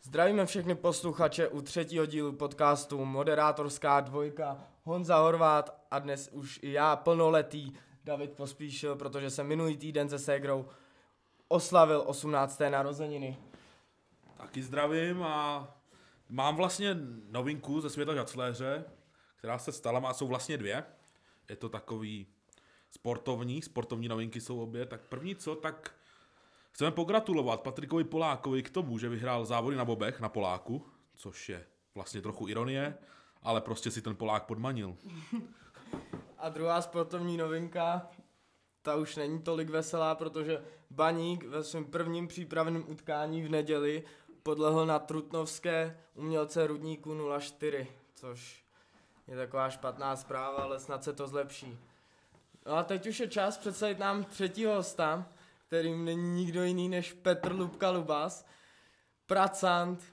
Zdravíme všechny posluchače u 3. dílu podcastu Moderátorská dvojka Honza Horvát a dnes už i já plnoletý David Pospíšil, protože jsem minulý týden se ségrou oslavil 18. narozeniny. Taky zdravím a mám vlastně novinku ze světa žacléře, která se stala, a jsou vlastně dvě. Je to takový sportovní novinky jsou obě. Tak první tak chceme pogratulovat Patrikovi Polákovi k tomu, že vyhrál závody na bobech na Poláku, což je vlastně trochu ironie, ale prostě si ten Polák podmanil. A druhá sportovní novinka, ta už není tolik veselá, protože Baník ve svém prvním přípravném utkání v neděli podlehl na trutnovské umělce Rudníku 0-4, což je taková špatná zpráva, ale snad se to zlepší. No a teď už je čas představit nám třetího hosta, kterým není nikdo jiný než Petr Lubka Lubas, pracant,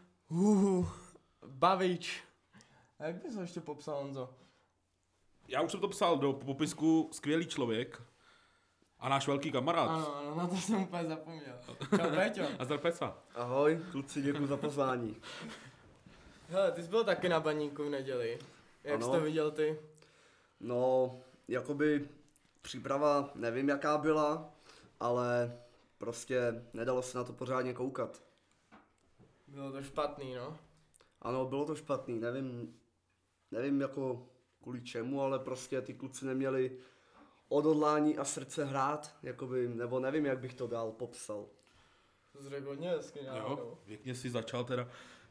bavič. A jak bys ho ještě popsal, Honzo? Já už jsem to psal do popisku, skvělý člověk a náš velký kamarád. Ano, na to jsem úplně zapomněl. Čau, Péťo. A zdar Peca. Ahoj, kluci, děkuji za pozvání. Hele, ty jsi byl taky na Baníku v neděli. Jak Ano. jsi to viděl ty? No, jakoby příprava nevím jaká byla, ale prostě nedalo se na to pořádně koukat. Bylo to špatný, no. Ano, bylo to špatný, nevím jako kvůli čemu, ale prostě ty kluci neměli odhodlání a srdce hrát, jakoby, nebo nevím, jak bych to dál popsal. To jsi řekl hodně hezky, Jo, pěkně si začal teda.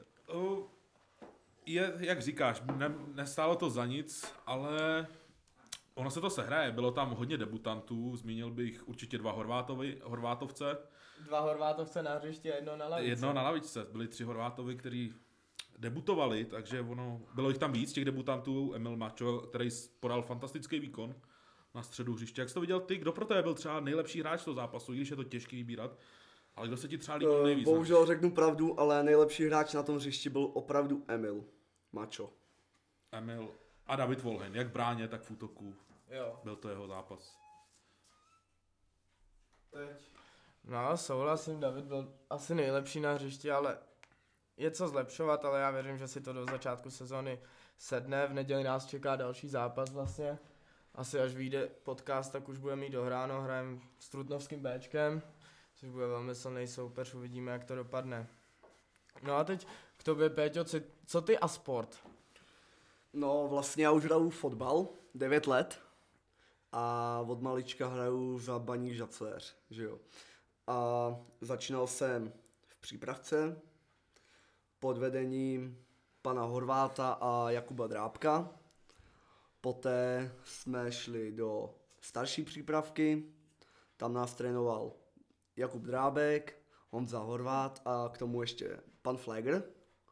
Je, jak říkáš, nestálo to za nic, ale ono se to sehraje. Bylo tam hodně debutantů, zmínil bych určitě dva Horvátovce. Dva Horvátovce na hřišti a jedno na lavici. Jedno na lavičce, byli 3 Horvátovi, kteří debutovali, takže bylo jich tam víc, těch debutantů. Emil Mačo, který podal fantastický výkon na středu hřiště. Jak jsi to viděl ty, kdo pro tebe byl třeba nejlepší hráč toho zápasu, i když je to těžký vybírat, ale kdo se ti třeba líbil nejvíc? Bohužel řeknu pravdu, ale nejlepší hráč na tom hřišti byl opravdu Emil Mačo. Emil a David Volhen, jak v bráně, tak v útoku. Jo. Byl to jeho zápas. Teď. No, souhlasím, David byl asi nejlepší na hřišti, ale je co zlepšovat, ale já věřím, že si to do začátku sezony sedne. V neděli nás čeká další zápas vlastně. Asi až vyjde podcast, tak už bude mít dohráno, hrajeme s Trutnovským Bčkem, což bude velmi silný soupeř, uvidíme, jak to dopadne. No a teď k tobě, Péťo, co ty a sport? No vlastně já už hraju fotbal 9 let a od malička hraju za Baník Žacléř, že jo. A začínal jsem v přípravce pod vedením pana Horváta a Jakuba Drábka. Poté jsme šli do starší přípravky, tam nás trénoval Jakub Drábek, Honza Horvát a k tomu ještě pan Flegr.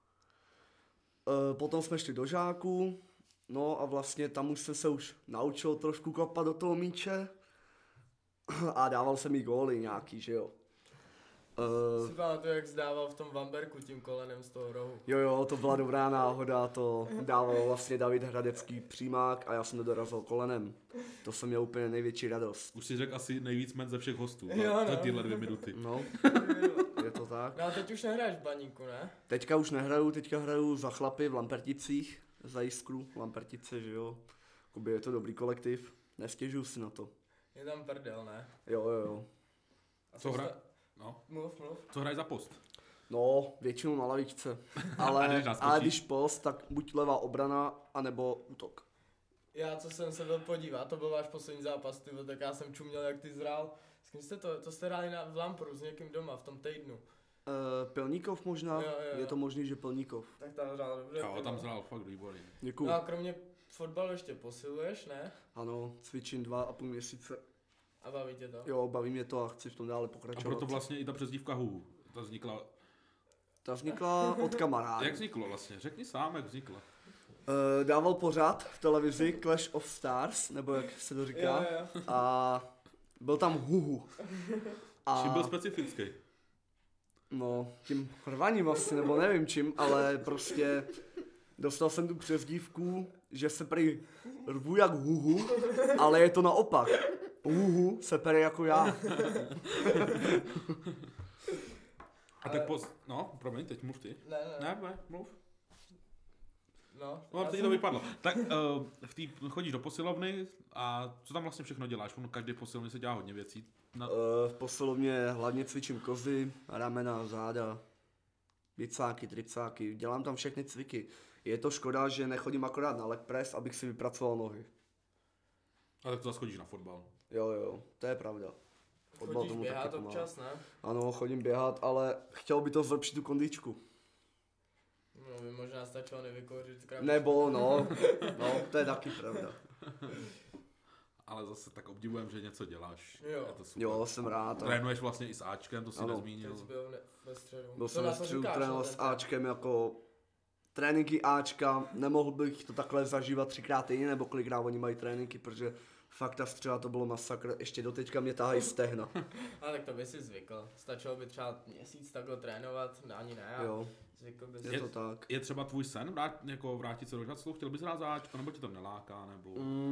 Potom jsme šli do žáků, no a vlastně tam už jsem se už naučil trošku kopat do toho míče a dával jsem jí góly nějaký, že jo. Si pamatuju, jak zdával v tom Vamberku tím kolenem z toho rohu. Jo, to byla dobrá náhoda, to dával vlastně David Hradecký přímák a já jsem to dorazil kolenem. To jsem měl úplně největší radost. Už si řekl asi nejvíc men ze všech hostů Jo, za no. tyhle 2 minuty. No, je to tak. No a teď už nehráš v Baníku, ne? Teďka už nehraju, teďka hraju za chlapy v Lamperticích, za Jiskru, Lampertice, že jo. Jakoby je to dobrý kolektiv, nestěžuju si na to. Je tam prdel, ne? Jo. A Co jsi hra? ta- No. Mluv. Co hraj za post? No, většinou na lavičce, A ale, když naskočí? ale když post, tak buď levá obrana, anebo útok. Já, co jsem se byl podívat, to byl váš poslední zápas, ty, tak já jsem čuměl, jak ty zhrál. S kým jste to jste hráli v Lampru s někým doma v tom týdnu. Pilníkov možná, Jo. je to možný, že Pilníkov. Tak tam hrál dobře. Jo, ty, tam no. zhrál fakt výborně. Děkuju. No a kromě fotbalu ještě posiluješ, ne? Ano, cvičím 2,5 měsíce. A baví tě to? Jo, baví mě to a chci v tom dále A pokračovat. proto vlastně i ta přezdívka Huhu. Ta vznikla. Ta vznikla od kamaráda. Jak vzniklo vlastně? Řekni sám, jak vznikla. Dával pořád v televizi Clash of Stars, nebo jak se to říká. Jo. A byl tam Huhu. A Čím byl specifický? no, tím rvaním asi, nebo nevím čím, ale prostě dostal jsem tu přezdívku, že se prý rvu jak Huhu, ale je to naopak. Huhu se pere jako já. A tak no, promiň, teď mluv ty. Ne, mluv. No, No, teď to vypadlo. Tak chodíš do posilovny a co tam vlastně všechno děláš? Ono každý posilovny se dělá hodně věcí. V posilovně hlavně cvičím kozy, ramena, záda, bicáky, tricáky, dělám tam všechny cviky. Je to škoda, že nechodím akorát na leg press, abych si vypracoval nohy. A tak to zase chodíš na fotbal. Jo, to je pravda. Chodíš běhat občas, ne? Ano, chodím běhat, ale chtěl by to zlepšit tu kondičku. No, by možná stačilo nevykouřit krabičku. Nebo, no, to je taky pravda. Ale zase tak obdivujem, že něco děláš. Jo. Je to super. Jo, jsem rád. Trénuješ vlastně i s Ačkem, to si Ano. nezmínil. Teď jsi byl ve středu. Byl To jsem na ve to středu říkáš, trénoval no, s ten Ačkem jako tréninky Ačka, nemohl bych to takhle zažívat 3x týdně, nebo kolikrát oni mají tréninky, protože fakt ta střela to bylo masakr, ještě doteďka mě tahají stehna. Ale tak to by si zvykl. Stačilo by třeba měsíc takhle trénovat, ani ne. A Jo, zvykl by je si. to tak. Je třeba tvůj sen vrátit se do žaclu? Chtěl bys hrát za Ačko, nebo ti to neláká, nebo...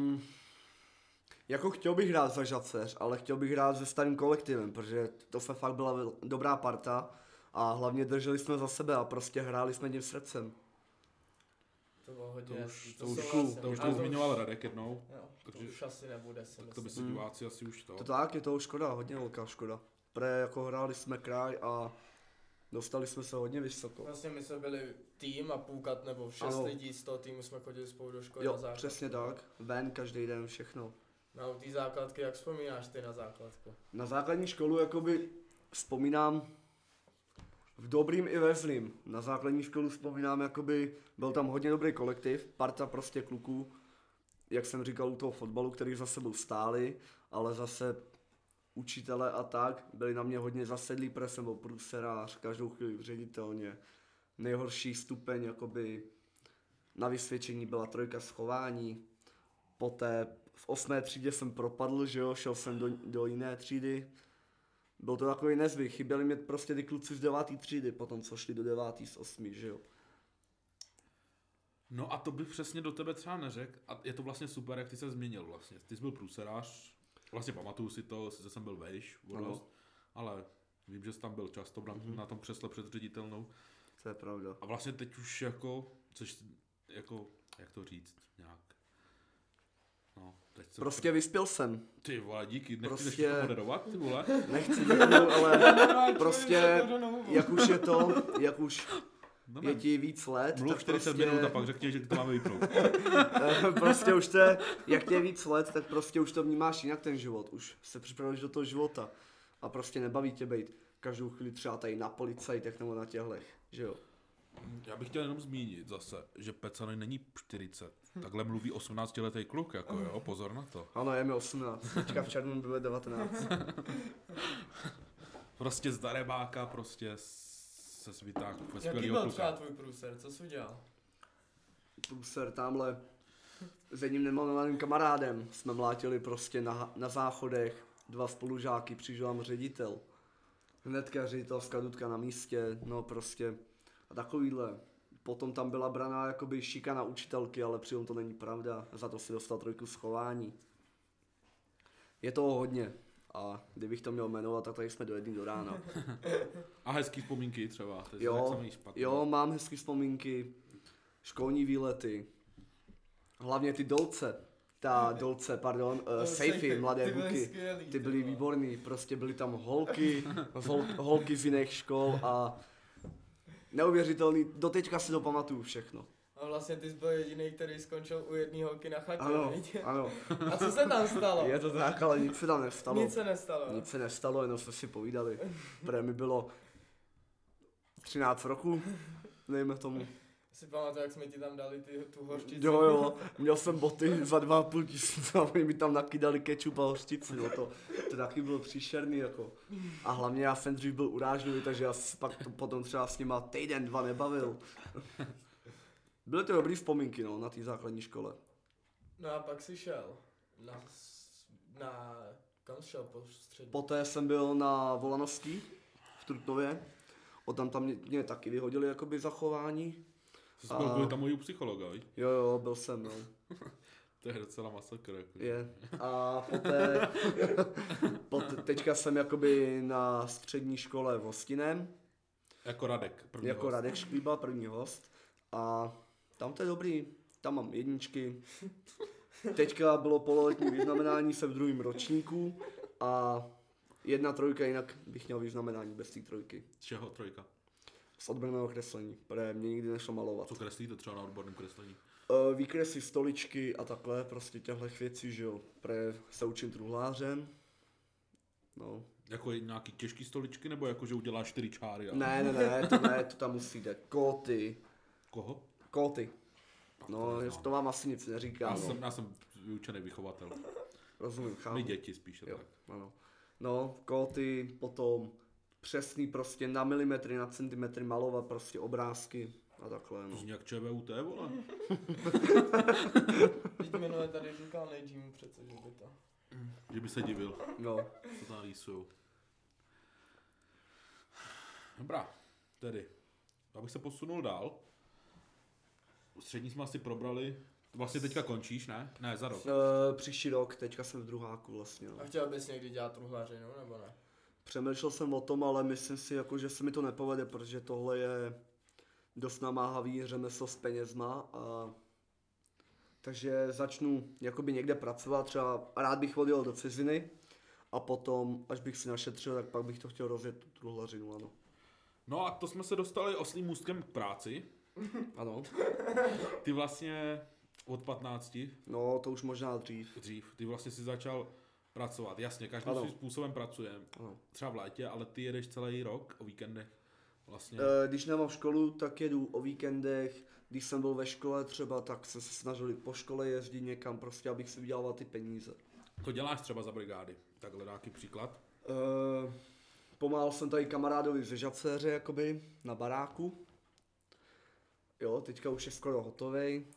Jako chtěl bych hrát za Žaceř, ale chtěl bych hrát se starým kolektivem, protože to fakt byla dobrá parta a hlavně drželi jsme za sebe a prostě hráli jsme tím srdcem. To bylo hodně To už souhlasím. to Ale zmiňoval Radek jednou. Jo, Takže- to už asi nebude, si Tak to myslím. by se diváci asi už to... To tak, je toho škoda, hodně velká škoda. Jako hráli jsme kraj a dostali jsme se hodně vysoko. Vlastně my jsme byli tým a půlkat nebo 6 Ano. lidí z toho týmu jsme chodili spolu do školy Jo, na základku. přesně tak, ven každý den, všechno. Na té základky, jak vzpomínáš ty na základku? Na základní školu jakoby vzpomínám v dobrým i ve zlým. Na základní školu vzpomínám jakoby, byl tam hodně dobrý kolektiv, parta prostě kluků, jak jsem říkal u toho fotbalu, který za sebou stáli, ale zase učitele a tak byli na mě hodně zasedlí, protože jsem byl průserář, každou chvíli v ředitelně. Nejhorší stupeň jakoby na vysvědčení byla 3 schování. Poté v 8. třídě jsem propadl, že jo, šel jsem do jiné třídy. Byl to takový nezvyk, chyběli mě prostě ty kluci z 9. třídy, potom co šli do 9. z 8. že jo. No a to bych přesně do tebe třeba neřekl. A je to vlastně super, jak ty se změnil vlastně. Ty jsi byl průserář, vlastně pamatuju si to, sice jsem byl vejš, ale vím, že jsi tam byl často na tom křesle před ředitelnou. To je pravda. A vlastně teď už jako, což jako, jak to říct, nějak. No, teď se... Prostě vyspěl jsem. Ty vole, díky, nechci Prostě- to moderovat, ty vole. Nechci děkuju, ale prostě jak už je to, jak už No, je ti víc let, mluv tak 40 prostě, minut a pak řekni, že to máme vypnout. prostě už to je, jak ti je víc let, tak prostě už to vnímáš jinak ten život, už se připravuješ do toho života a prostě nebaví tě být každou chvíli třeba tady na policajtech nebo na těhlech, že jo. Já bych chtěl jenom zmínit zase, že Pecany není 40. Takhle mluví 18letý kluk, jako jo, pozor na to. Ano, je mi 18, teďka v červnu bylo 19. Prostě z darebáka, prostě se sviták Jaký vyspělýho byl třeba kluka. tvůj průser, co jsi udělal? Průser tamhle s jedním nemilovaným kamarádem jsme mlátili prostě na záchodech, 2 spolužáky, přišel nám ředitel. Hnedka ředitelská dudka na místě, no prostě a takovýhle. Potom tam byla braná jakoby šikana učitelky, ale přitom to není pravda, za to si dostal 3 schování. Je toho hodně a kdybych to měl jmenovat, tak tady jsme do 1 do rána. A hezký vzpomínky třeba, to je Jo, samý špatný. jo, mám hezký vzpomínky, školní výlety, hlavně ty sejfy, mladé buky, ty byly výborný, prostě byly tam holky z jiných škol a neuvěřitelný, doteďka si to pamatuju všechno. A vlastně ty jsi byl jediný, který skončil u jedné holky na chatě, Ano, viď? ano, A co se tam stalo? je to tak, ale nic se tam nestalo. Nic se nestalo. Nic se nestalo, jenom jsme si povídali, protože mi bylo 13 roku, dejme tomu. Si pamatuju, jak jsme ti tam dali tu hořčici. Jo, měl jsem boty za 2,5 tisíce a oni mi tam nakydali kečup a hořčici, no to taky bylo příšerný jako. A hlavně já jsem dřív byl urážlivý, takže já pak potom třeba s nima týden, 2 nebavil. Byly to dobrý vzpomínky, no, na té základní škole. No a pak si šel kam jsi šel po střední? Poté jsem byl na Volanovský v Trutnově, tam mě taky vyhodili jakoby zachování. Jsi byl kvůli tam u psychologa, viď? Jo, byl jsem, no. To je docela masakr. Jako. Je. A poté teďka jsem jakoby na střední škole v Hostinem Jako Radek, první jako host. Radek Šklíba, první host. A tam to je dobrý, tam mám jedničky. Teďka bylo pololetní vyznamenání, jsem v druhém ročníku a 1-3, jinak bych měl vyznamenání bez té 3. Z čeho 3? Z odborného kreslení, protože mě nikdy nešlo malovat. Co kreslíte třeba na odborném kreslení? Výkresy, stoličky a takhle, prostě těchto věcí, že jo, protože se učím truhlářem. No. Jako nějaký těžký stoličky, nebo jako, že uděláš 4 čáry? A... Ne, to tam musí jít. Kóty. Koho? Kóty. No, neznám. to vám asi nic neříká, Já jsem vyučený vychovatel. Rozumím, chápu. My děti spíše Jo, tak. ano. No, kóty, potom přesný prostě na milimetry, na centimetry malovat prostě obrázky a takhle, To no. zní jak ČVUT, vole. Teď minule tady říkal Nejjimu přece, že by to. Že by se divil, No, co tam rýsujou. Dobrá, tedy. Abych se posunul dál. Střední jsme asi probrali. Vlastně teďka končíš, ne? Ne, za rok. příští rok, teďka jsem v druháku vlastně, no. A chtěl bys někdy dělat truhlařinu, nebo ne? Přemýšlel jsem o tom, ale myslím si, jako, že se mi to nepovede, protože tohle je dost namáhavý řemeslo s penězma a takže začnu jakoby někde pracovat, třeba rád bych odjel do ciziny a potom, až bych si našetřil, tak pak bych to chtěl rozjet tu truhlařinu, ano. No a to jsme se dostali oslým můstkem k práci. Ano, Ty vlastně od 15 no to už možná dřív. dřív, ty vlastně si začal pracovat. Jasně, každý Ano. svým způsobem pracuje. Ano. Třeba v létě, ale ty jedeš celý rok o víkendech. Vlastně. Když nemám školu, tak jedu o víkendech, když jsem byl ve škole třeba, tak jsem se snažil i po škole jezdit někam, prostě abych si vydělával ty peníze. To děláš třeba za brigády. Takhle nějaký příklad. Pomáhal jsem tady kamarádovi ze Žacéře, jakoby, na baráku. Jo, teďka už je skoro hotovej.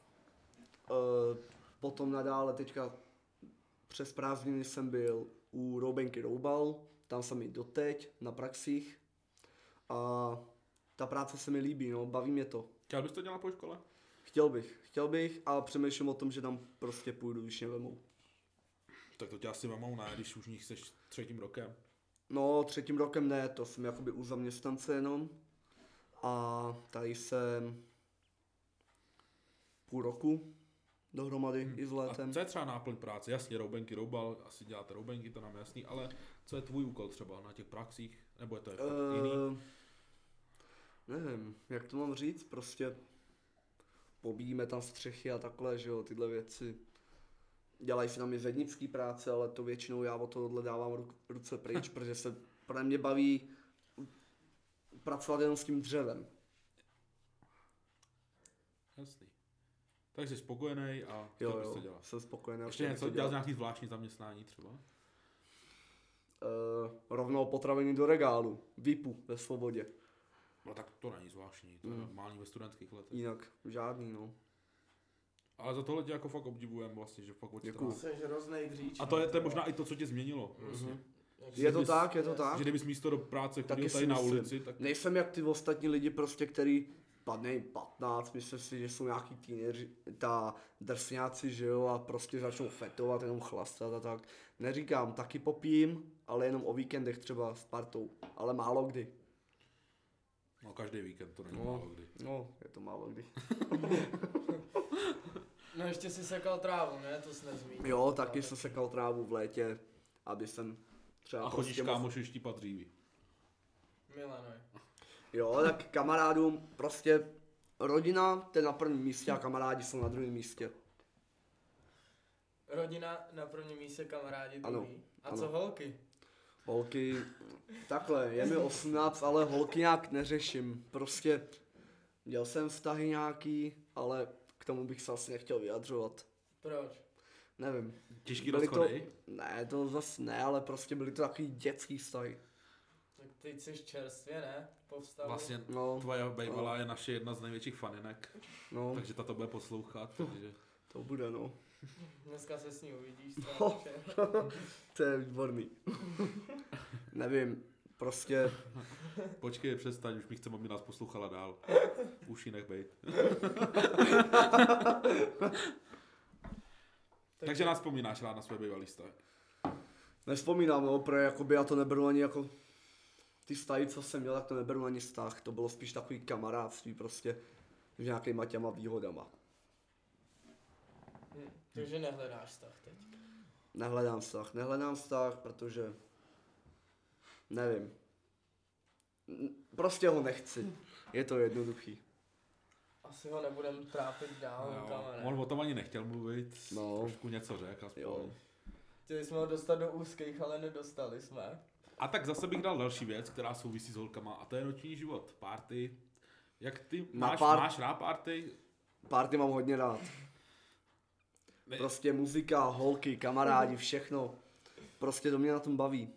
Potom nadále teďka přes prázdniny jsem byl u Roubenky Roubal, tam jsem i doteď na praxích. A ta práce se mi líbí, no, baví mě to. Chtěl bys to dělat po škole? Chtěl bych, ale přemýšlím o tom, že tam prostě půjdu, když mě vemou. Tak to tě asi vemou, ne, když už v nich seš 3. rokem. No, 3. rokem ne, to jsem jakoby u zaměstnance jenom. A tady jsem půl roku dohromady i s A létem. co je třeba náplň práce? Jasně, Roubenky, Roubal, asi děláte Roubenky, to nám je jasný, ale co je tvůj úkol třeba na těch praxích? Nebo je to jako jiný? Nevím, jak to mám říct, prostě pobíjíme tam střechy a takhle, že jo, tyhle věci. Dělají se tam i zednický práce, ale to většinou já od tohohle dávám ruce pryč, protože se pro mě baví pracovat jenom s tím dřevem. Jasný. Takže jsi spokojený a Jo, chtěl bys to jo, dělat. jsem spokojený. Ještě něco, dělat nějaký zvláštní zaměstnání třeba? Rovnou potraviny do regálu, VIPu ve Svobodě. No tak to není zvláštní, to je normální ve studentských letech. Jinak žádný, no. Ale za tohle tě jako fakt obdivujem vlastně, že fakt Děkuju. Jsi hroznej dříč. A to je možná i to, co tě změnilo. Vlastně. Je to tak, je to tak. Že kdybys místo do práce chodil Taky tady si na myslím. ulici, tak Nejsem jak ty ostatní lidi prostě, který padne 15, myslím si, že jsou nějaký teenageři, ta drsňáci, že jo, a prostě začnou fetovat, jenom chlastat a tak. Neříkám, taky popím, ale jenom o víkendech třeba s partou, ale málo kdy. no každý víkend, to není málo kdy. No, je to málo kdy. No ještě si sekal trávu, ne? To jsi nezmínil. Jo, taky jsem sekal trávu v létě, aby jsem třeba A chodíš mohl- kámoši štípat dříví. Milanuj. Jo, tak kamarádům prostě rodina, ten na prvním místě a kamarádi jsou na druhém místě. Rodina na prvním místě, kamarádi Ano, druhý. A ano. co holky? Holky, takhle, je mi 18, ale holky nějak neřeším. Prostě měl jsem vztahy nějaký, ale k tomu bych se asi nechtěl vyjadřovat. Proč? Nevím. Těžký Byly to, rozchody? ne, to zase ne, ale prostě byly to takový dětský vztahy. Tak teď jsi čerstvě, ne? Po vztahu. Vlastně No, tvoje bejvalá je naše jedna z největších faninek, no, takže ta to bude poslouchat, takže... to bude, no. Dneska se s ní uvidíš. No. To je výborný. Nevím, prostě, Počkej, přestaň, už mi chceme, aby nás poslouchala dál. Už ji nech bejt. Takže nás vzpomínáš rád na své bývalý vztahy. nevzpomínám, no, protože jakoby já to neberu ani jako ty vztahy, co jsem měl, tak to neberu ani vztah, to bylo spíš takový kamarádství prostě s nějakýma těma výhodama. Takže nehledáš vztah teď. Nehledám vztah, protože nevím. Prostě ho nechci. Je to jednoduchý. Asi ho nebudem trápit dál, kamarád. On o tom ani nechtěl mluvit, No. trošku něco řekl a spolu. Chtěli jsme ho dostat do úzkých, ale nedostali jsme. A tak zase bych dal další věc, která souvisí s holkama, a to je noční život, party. Jak ty máš rád party? Party mám hodně rád. Prostě muzika, holky, kamarádi, všechno. Prostě to mě na tom baví.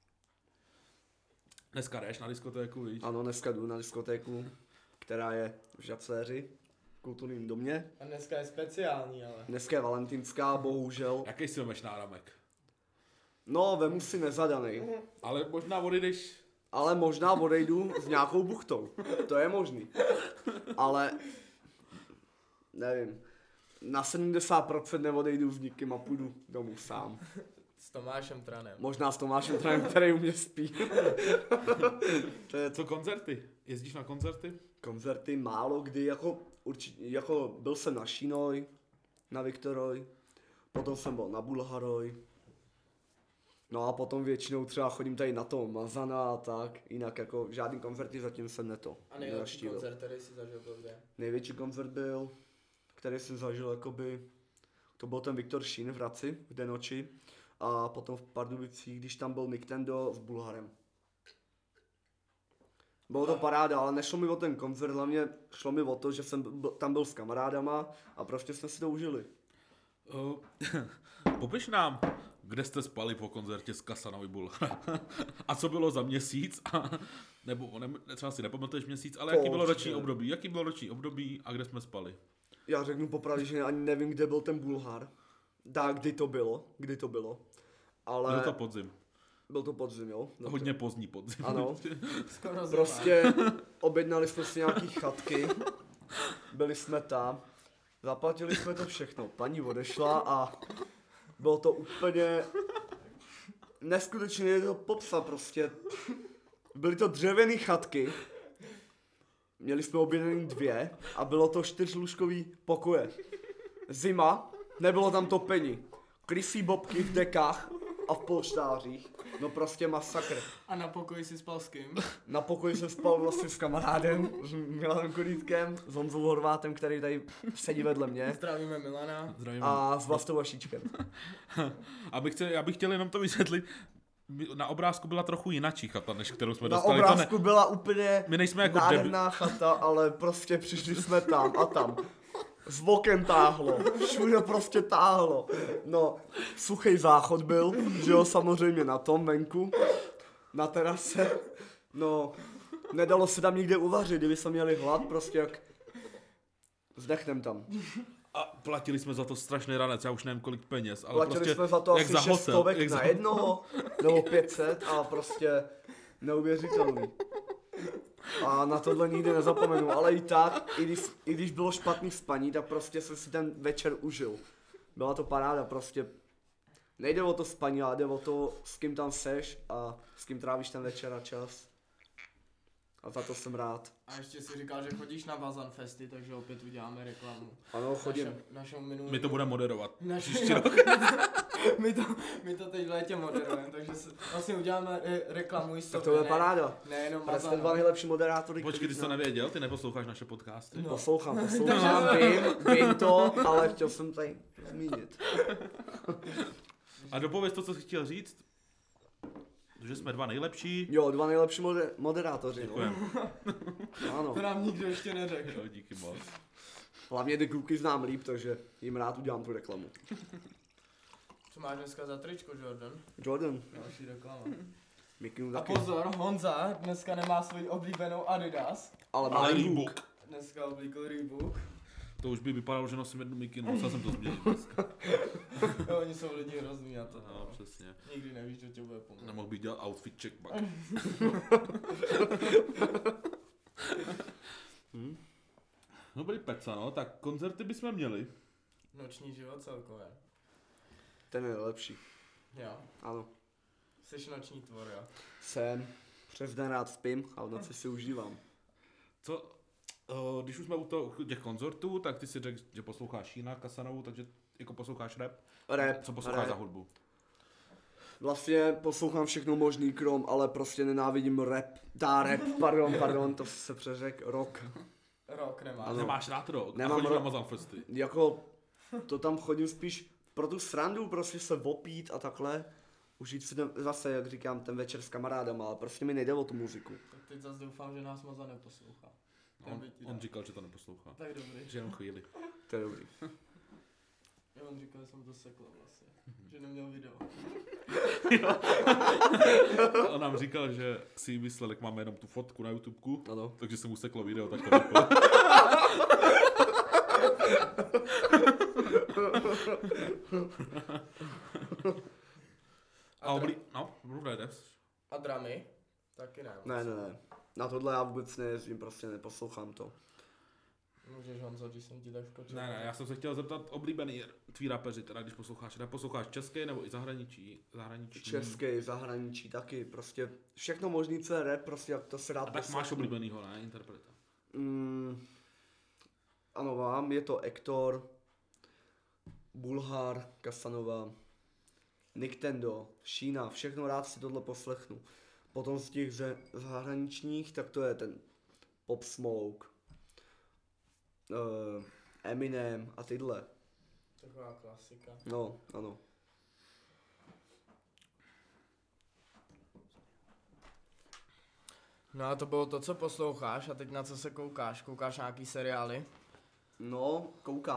Dneska jdeš na diskotéku, víš? Ano, dneska jdu na diskotéku, která je v Žabcléři, v kulturním domě. A dneska je speciální, ale. Dneska je valentinská, bohužel. Jaký si vemeš náramek? No, vemu si nezadanej. Ale možná odejdeš. Ale možná odejdu s nějakou buchtou. To je možný. Ale nevím. Na 70% neodejdu s nikým a půjdu domů sám. S Tomášem Tranem. Možná s Tomášem Tranem, který u mě spí. To je Co koncerty? Jezdíš na koncerty? koncerty málo kdy, jako byl jsem na Šínoj, na Viktoroj, potom jsem byl na Bulharoj. No a potom většinou třeba chodím tady na to Mazana a tak, jinak jako žádný koncerty zatím jsem A nejlepší koncert, který jsi zažil, byl kde? Největší koncert byl, který jsem zažil, jakoby, to byl ten Viktor Šín v Hradci, v den noči, a potom v Pardubicích, když tam byl Nintendo s Bulharem. Bylo to paráda, ale nešlo mi o ten koncert, hlavně šlo mi o to, že jsem tam byl s kamarádama a prostě jsme si to užili. Popiš nám, kde jste spali po koncertě s Kasanovi Bulhara. A co bylo za měsíc? Nebo třeba si nepamatuješ měsíc, ale jaký bylo roční období? Jaký bylo roční období a kde jsme spali? Já řeknu popravdě, že ani nevím, kde byl ten Bulhar. Kdy to bylo. Ale Byl to podzim. byl to podzim, jo? Dobře. Hodně pozdní podzim. Ano. Skoro zima. Prostě objednali jsme si nějaký chatky, byli jsme tam, zaplatili jsme to všechno. Paní odešla a bylo to úplně neskutečně to popsat prostě. Byly to dřevěné chatky, měli jsme objednaný 2 a bylo to 4lůžkový pokoje. Zima, nebylo tam topení, krysí bobky v dekách a v polštářích, no prostě masakr. A na pokoji si spal s kým? Na pokoji jsem spal vlastně s kamarádem, s Milanem Korítkem, s Honzou Horvátem, který tady sedí vedle mě, Zdravíme Milana. Zdravím. a s Vlastou Vašíčkem. Já bych chtěl jenom to vysvětlit. Na obrázku byla trochu jinačí chata, než kterou jsme Na dostali. obrázku byla úplně My nejsme jako nádherná chata, ale prostě přišli jsme tam a tam. Z oken táhlo, všude prostě táhlo. No, suchý záchod byl, že jo, samozřejmě na tom venku, na terase. No, nedalo se tam nikde uvařit, kdyby jsme měli hlad, prostě jak zdechnem tam. A platili jsme za to strašný ranec, já už nevím kolik peněz, ale Platili prostě jsme za to jak asi za 600 hotel, jak na za... jednoho, nebo 500 a prostě neuvěřitelný. A na tohle nikdy nezapomenu, ale i tak, i když bylo špatný spaní, tak prostě jsem si ten večer užil. Byla to paráda, prostě nejde o to spaní, ale jde o to, s kým tam seš a s kým trávíš ten večer a čas. A za to jsem rád. A ještě si říkal, že chodíš na Vazan Festy, takže opět uděláme reklamu. Ano, chodím. Našou minulou... My to budeme moderovat. Příští rok. my to teď v létě moderujeme, takže vlastně uděláme reklamu i Tak to je paráda. Nejenom Protože jste Vazan. 2 nejlepší moderátory, Počkej, který ty jsi to znám. nevěděl? Ty neposloucháš naše podcasty? No. Poslouchám, vím to, ale chtěl jsem tady zmínit. A dopověz to, co jsi chtěl říct. Že jsme 2 nejlepší. Jo, 2 nejlepší moderátoři. Děkujem. No. Ano. To nám nikdo ještě neřekl. Jo, díky moc. Hlavně ty kluky znám líp, takže jim rád udělám tu reklamu. Co máš dneska za tričko, Jordan? Jordan, Další reklama. Mikinu A taky. pozor, Honza dneska nemá svoji oblíbenou Adidas. Ale má Ale Reebok. Reebok. Dneska oblíkl Reebok. To už by vypadalo, že nosím jednu mikinu, musel jsem to změnit. Jo, oni jsou lidi hrozný na to. No, přesně. Nikdy nevíš, kdo tě bude pomoct. Nemohl bych dělat outfit check back. No byli peca, no, tak koncerty bychom měli. Noční život celkově. Ten je nejlepší. Jo. Ano. Jsi noční tvor, jo. Jsem. Přes den rád spím a v noci si užívám. Co, když už jsme u těch koncertů, tak ty si řekl, že posloucháš Šína Kasanovu, takže jako posloucháš rap? Rap. Co posloucháš rap. za hudbu? Vlastně poslouchám všechno možný krom, ale prostě nenávidím rap. Pardon, to se přeřek, rock. Rok nemá. Ano. Nemáš rád rock? Nemám a chodíš rock. na Mazanfesty. Jako, to tam chodím spíš pro tu srandu, prostě se opít a takhle. Užít si ten, zase, jak říkám, ten večer s kamarádama, ale prostě mi nejde o tu muziku. Tak teď zase doufám, že nás Maza neposlouchá. Ten by ti dal. On říkal, že to neposlouchá. Tak dobrý. Že jenom chvíli. To je dobrý. Já on říkal, že jsem to sekl vlastně. Že neměl video. On nám říkal, že si myslel, jak máme jenom tu fotku na YouTubeku, Ano. takže se mu seklo video, tak to řekl. Dobré des. A dramy? Taky ne. Ne. Na tohle já vůbec nejezdím, prostě neposlouchám to. Můžeš, Honzo, když jsem ti tak skočil. Ne, já jsem se chtěl zeptat oblíbený tvý rapeři, teda když posloucháš, neposloucháš české nebo i zahraničí? Český, zahraničí taky, prostě všechno možný, co je rap, prostě jak to se dá A tak máš oblíbenýho, ne, interpreta? Ano, mám, je to Ektor, Bulhar, Kasanova, Nintendo, Šína, všechno rád si tohle poslechnu. Potom z těch zahraničních, tak to je ten Pop Smoke, Eminem a tyhle. Taková klasika. No, ano. No a to bylo to, co posloucháš a teď na co se koukáš? Koukáš nějaký seriály? No,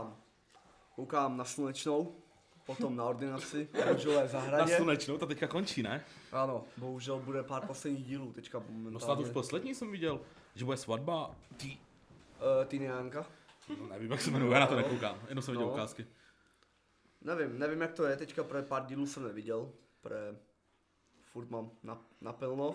koukám na Slunečnou, potom na Ordinaci, bohužel je v Na zahradě. Slunečnou, ta teďka končí, ne? Ano, bohužel bude pár posledních dílů teďka momentálně. No snad už poslední jsem viděl, že bude svatba Týny Janka. No, nevím, jak se jmenuje, já na to nekoukám, jenom jsem viděl No. ukázky. Nevím jak to je, teďka pro pár dílů jsem neviděl, furt mám napilno.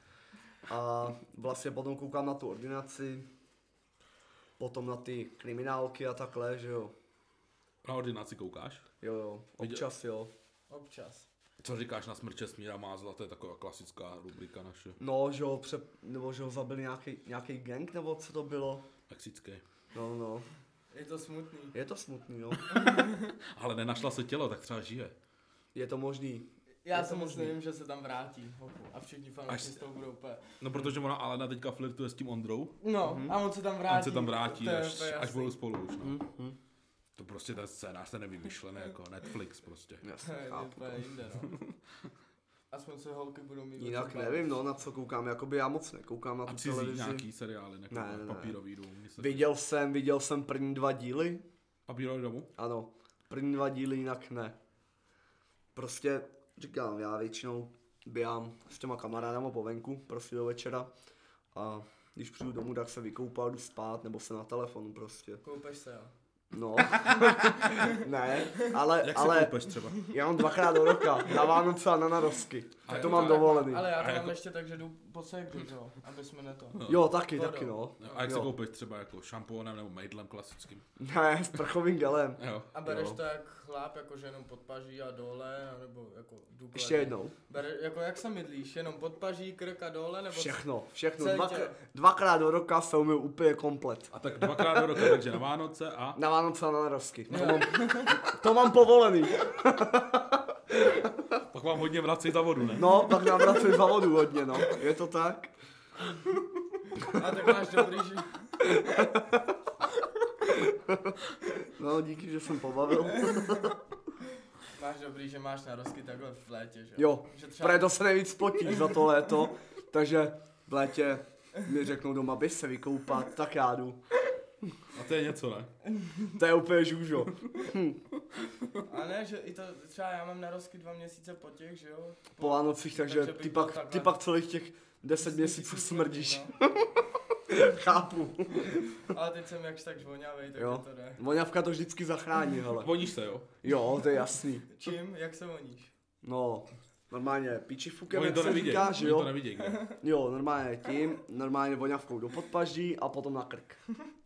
A vlastně potom koukám na tu Ordinaci, potom na ty kriminálky a takhle, že jo. Na Ordinaci koukáš? Jo, občas jo. Občas. Co říkáš na Smrt Čestmíra Mázla, to je taková klasická rubrika naše. No, že ho, nebo že ho zabili nějaký gang, nebo co to bylo. Mexické. No. Je to smutný. Je to smutný, no. Ale nenašla se tělo, tak třeba žije. Je to možný. Já Je si to možný. myslím, že se tam vrátí. A všichni fanoušci z toho budou úplně. No protože ona Alena teďka flirtuje s tím Ondrou. No, a on se tam vrátí. On se tam vrátí, To je až úplně jasný. budou spolu už, no. Mhm. To prostě ten scénář ten nevymyšlený jako Netflix prostě. Jasně, To je chápu. úplně jinde, no. Aspoň se holky budou mít. Jinak o čem nevím, bavit. no, na co koukám, jakoby já moc nekoukám na A tu cizí televizi. nějaký seriály, jako Ne. Papírový dům. něco. Viděl jsem první 2 díly, Papírový domu? ano, první 2 díly, jinak ne. Prostě, říkám, já většinou běhám s těma kamarádama po venku, prostě do večera a když přijdu domů, tak se vykoupám, jdu spát, nebo se na telefonu prostě. Koupeš se, jo. No, ne, ale, Jak se ale koupeš třeba? já mám 2krát do roka, na Vánoce a na narozky, A to jo, mám tak. dovolený. Ale já to A mám jako- ještě tak, že jdu po segru, jo, aby jsme ne to. Jo, taky, Vodou. no. A jak se Jo. koupeš třeba jako šampónem nebo mejdlem klasickým? Ne, s prchovým gelem. Jo. A bereš Jo. to jak chlap, jakože jenom podpaží a dole, nebo jako důkladně? Ještě jednou. Jako jak se mydlíš, jenom podpaží, krk a dole, nebo... Všechno. Celý Dvakrát do roka se umyl úplně komplet. A tak 2krát do roka, takže na Vánoce a... Na Vánoce a na narozky. To mám povolený. Pak vám hodně vrací za vodu, ne? No, pak nám vrací za vodu hodně, no. Je to tak? A tak máš dobrý, že... No, díky, že jsem pobavil. Máš dobrý, že máš narozky takhle v létě, že? Jo, Že třeba... protože to se nejvíc potí za to léto, takže v létě mi řeknou doma, běž se vykoupat, tak já jdu. A to je něco, ne? To je úplně žůžo. A ne, že i to, třeba já mám narozky 2 měsíce po těch, že jo? Po Vánocích, takže bych ty byl pak, takhle. ty pak celých těch 10 měsíců smrdíš. No. Chápu. Ale teď jsem jakž tak voňavej, takže Jo. to jde. Voňavka to vždycky zachrání, hele. Voníš se, jo? Jo, to je jasný. Čím? Jak se voníš? No, normálně pičifukem, Oni jak to se nevidějí, říká, že oni to jo? nevidějí, kde. Jo, normálně tím, normálně voňavkou do podpaží a potom na krk.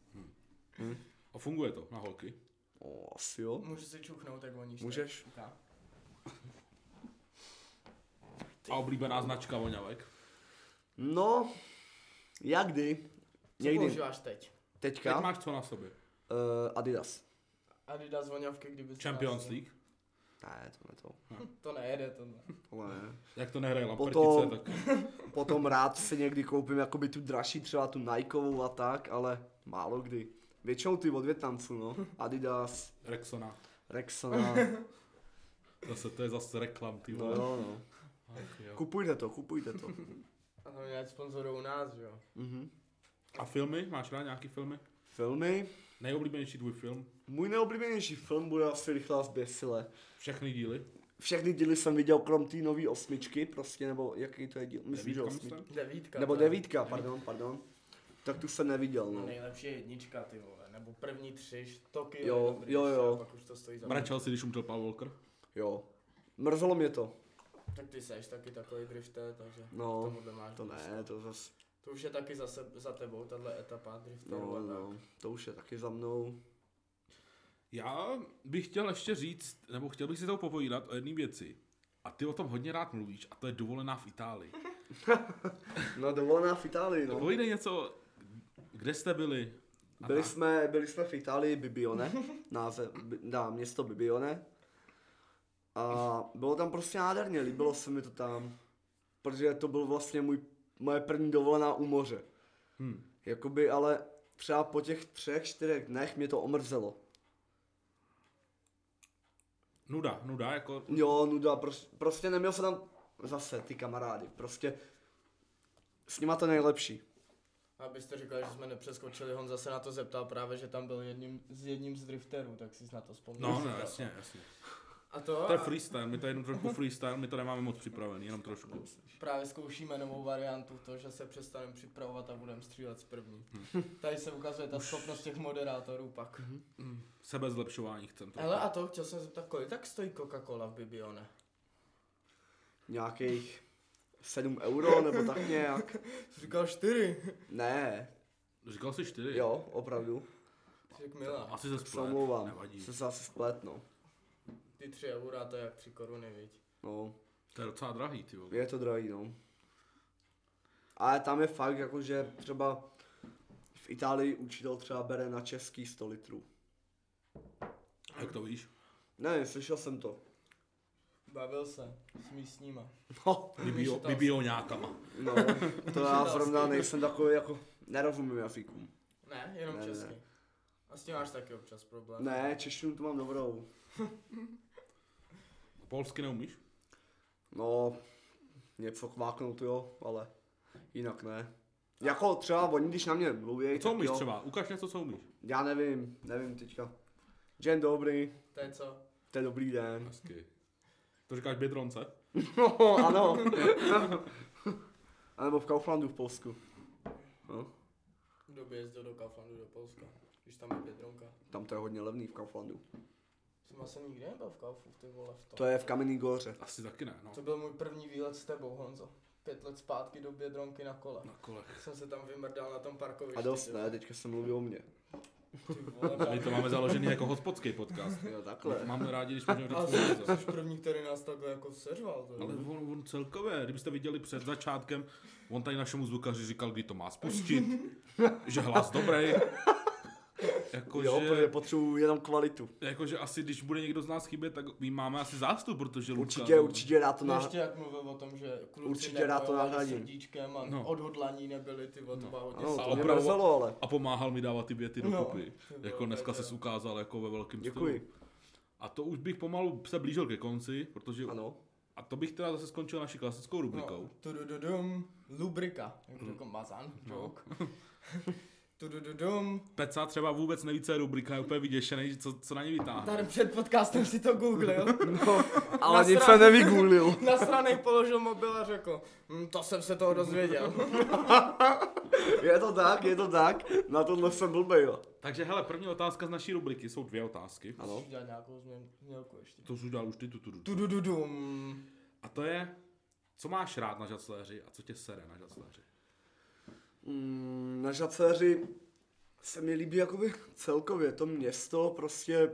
A funguje to na holky? O, asi jo. Můžu si čuchnout, jak voníš. Můžeš. Tak. A oblíbená značka voňavek? No, jak kdy? Co Někdy. používáš teď? Teď Teďka? máš co na sobě? Adidas. Adidas voňavky, kdyby Champions League? Ne, to ne to. To nejede, to ne. Tohle ne. Jak to nehraje Potom- Lampertice, tak Potom rád si někdy koupím jakoby tu dražší, třeba tu Nikeovou a tak, ale málo kdy. Většinou ty od Větnamců, no. Adidas, Rexona. Rexona, Zase to je zase reklam, ty no vole. jo, no. Tak jo. Kupujte to, kupujte to. A to nějak sponzorují nás, že jo. Mhm. A filmy? Máš rád nějaký filmy? Filmy? Nejoblíbenější tvůj film? Můj neoblíbenější film bude asi Rychlá zběsile. Všechny díly? Všechny díly jsem viděl krom té nový 8, prostě, nebo jaký to je díl? Myslím, že Devítka, 8. myslím? Devítka. Nebo to je 9, pardon. Tak tu jsem neviděl, no. Nejlepší je jednička, ty vole. Nebo první 3, Tokio Jo, je dobrý, jo. a pak už to stojí za Brečel si, když umřel Paul Walker? Jo. Mrzelo mě to. Tak ty seš taky takový drifter, takže No, tomuhle máš to blízko. ne, to zas, To už je taky za tebou, tahle etapa drifterů no, a tak. no, to už je taky za mnou. Já bych chtěl ještě říct, nebo chtěl bych si to popovídat o jedné věci. A ty o tom hodně rád mluvíš, a to je dovolená v Itálii. No, dovolená v Itálii, no. Povídej něco, kde jste byli? A Byli jsme v Itálii, Bibione, město Bibione. A bylo tam prostě nádherně, líbilo se mi to tam. Protože to byl vlastně moje první dovolená u moře. Jakoby, ale třeba po těch 3-4 dnech mě to omrzelo. Nuda, jako... Jo, nuda, prostě neměl jsem tam zase ty kamarády, prostě s nima to nejlepší. Abyste říkali, že jsme nepřeskočili, Honza se na to zeptal právě, že tam byl jedním z drifterů, tak si na to vzpomněl. No, jasně. A to? To je freestyle, my to je jenom trošku freestyle, my to nemáme moc připravený, jenom trošku. Právě zkoušíme novou variantu, to, že se přestaneme připravovat a budeme střílet z první. Tady se ukazuje ta schopnost těch moderátorů pak. Sebezlepšování chcem trochu. Hele, a to chtěl jsem zeptat, kolik tak stojí Coca-Cola v Bibione? Nějakých 7 euro nebo tak nějak. Jsi říkal 4. Ne, Říkal jsi 4? jo, opravdu. Řekl milá. Asi se Se splet, omlouvám, nevadí. jsem se asi splet, no. Ty 3 eura, to je jak 3 koruny, viď? No, To je docela drahý, ty vole. je to drahý, no. Ale tam je fakt, jakože třeba v Itálii učitel třeba bere na český 100 litrů. Jak to víš? Ne, slyšel jsem to. Bavil se s místníma. No, Vybijou nějakama. no, to já zrovna nejsem takový, jako nerozumím jazykům. Ne, jenom Ne, česky. ne. A s tím máš taky občas problém. Ne, češtinu tu mám dobrou. Polsky neumíš? No, něco kváknout jo, ale jinak ne. Jako třeba oni, když na mě mluví, Co tak umíš jo. třeba? Ukaž něco, co umíš. Já nevím teďka. Dzień dobrý, To je co? to je dobrý den. Hezky. To říkáš Bědronce? No, ano. A nebo v Kauflandu v Polsku. No, Kdo by jezdil do Kauflandu do Polska, když tam je Pětronka? tam to je hodně levný v Kauflandu. Jsem asi nikdy nebyl v Kaufu, ty vole, v tom. To je v Kamenný Góře. Asi taky ne, no. To byl můj první výlet s tebou, Honzo. 5 let zpátky do Bědronky na kole. Na kolech. Jsem se tam vymrdal na tom parkovišti. A dost ty ne, vole. teďka se mluví o mně. Ty vole, My to máme založený jako hospodský podcast. Jo, takhle. Máme rádi, když můžeme a vždycky jsi první, který nás takhle jako seřval. To je. Ale on celkově, kdybyste viděli před začátkem, on tady našemu zvukaři říkal, kdy to má spustit, že hlas dobrý. Jo, protože potřebuji jenom kvalitu. Jakože asi, když bude někdo z nás chybět, tak my máme asi zástup, protože Určitě rád to No ještě jak mluvil o tom, že kluci Určitě rád to nebojovali nahradím. srdíčkem a No. odhodlaní nebyli, ty to byla hodně Ano, slabá. to mě opravdu- mrzelo, ale. A pomáhal mi dávat ty věty No, dokupy. ty vole, Jako dneska to je- se ukázal jako ve velkém stylu. Děkuji. A to už bych pomalu se blížil ke konci, protože... Ano. A to bych teda zase skončil naší klasickou rubrikou. No. Tudududum, lubrika, jak řekl Mazan, joke. Tudududum. Peca třeba vůbec neví, co je rubrika, je úplně vyděšený, co na ně vytáhne. Tady před podcastem si to googlil. No, ale nic Nasra- jsem nevygooglil. Nasranej položil mobil a řekl, to jsem se toho dozvěděl. Je to tak. Na tohle jsem blbej, jo. Takže hele, první otázka z naší rubriky, jsou 2 otázky. Ano. Musíš dělat nějakou změnku ještě. To už udělal už ty tu. Tudududum. A to je, co máš rád na žacléři a co tě sere na žacléři? Na Žacléři se mi líbí jakoby celkově to město, prostě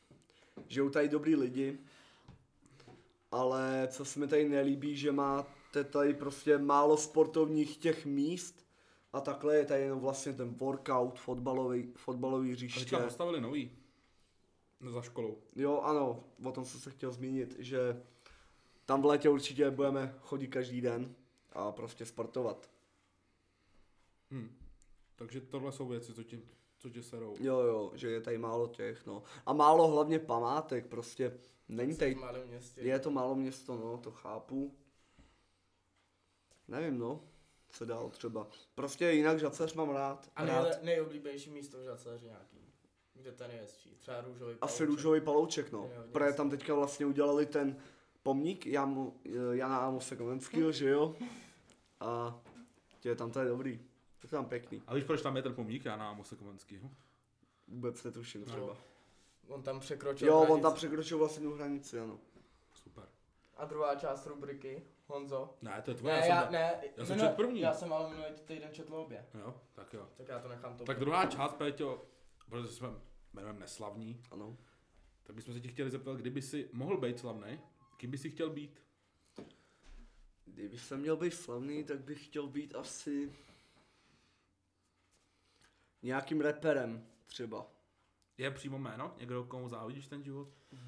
žijou tady dobrý lidi, ale co se mi tady nelíbí, že má to je tady prostě málo sportovních těch míst a takhle je tady jenom vlastně ten workout, fotbalový A hřiště. teďka postavili nový. Za školou. Jo, ano, o tom jsem se chtěl zmínit, že tam v létě určitě budeme chodit každý den a prostě sportovat. Takže tohle jsou věci, co tě serou. Jo, že je tady málo těch, no. A málo hlavně památek, prostě není tady, v malém městě. je to málo město, no, to chápu. Nevím, no, co dál třeba. Prostě jinak Žaceř mám rád. A rád. nejoblíbenější místo v Žaceři nějaký. Kde to je nejhezčí? Třeba Růžový Asi palouček. Růžový palouček, no. Jo, Protože tam teďka vlastně udělali ten pomník Jana Amose Komenského, že jo? A tam to je dobrý. Je to tam pěkný. A víš, proč tam je ten pomník Jana Amose Komenského? Vůbec netuším třeba. On tam překročil Jo, hranici. on tam překročil vlastně tu hranici, ano. Super. A druhá část rubriky, Honzo. Ne, to je tvoje. Ne, Já jsem četl první. Já jsem ale minulý týden četl obě. Jo, tak jo. Tak já to nechám to. Tak druhá část, Péťo, protože jsme jmenujeme neslavní, Ano. tak bychom se tě chtěli zeptat, kdyby si mohl být slavný, kým by si chtěl být? Kdybych se měl být slavný, tak bych chtěl být asi nějakým rapperem třeba. Je přímo jméno? Někdo, komu závidíš ten život?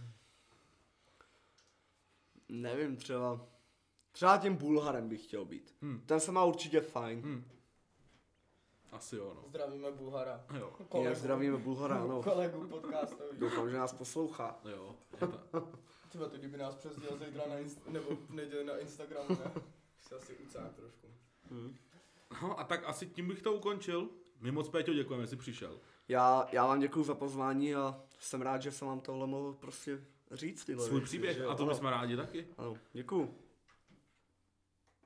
Nevím, třeba tím Bulharem bych chtěl být. Ten se má určitě fajn. Asi jo, no. Zdravíme Bulhara. Jo, Jinak zdravíme Bulhara, ano. Kolegu podcastový. Doufám, že nás poslouchá. jo. Je to. Třeba ty, kdyby nás přesděl zítra nebo v neděli na Instagramu, ne? Se asi ucák trošku. No a tak asi tím bych to ukončil. My moc, Péťo, děkujeme, že jsi přišel. Já vám děkuji za pozvání a jsem rád, že jsem vám tohle mohl prostě říct. Tyhle Svůj věci, příběh, že jo? a to Ano. bychom rádi taky. Ano, děkuju.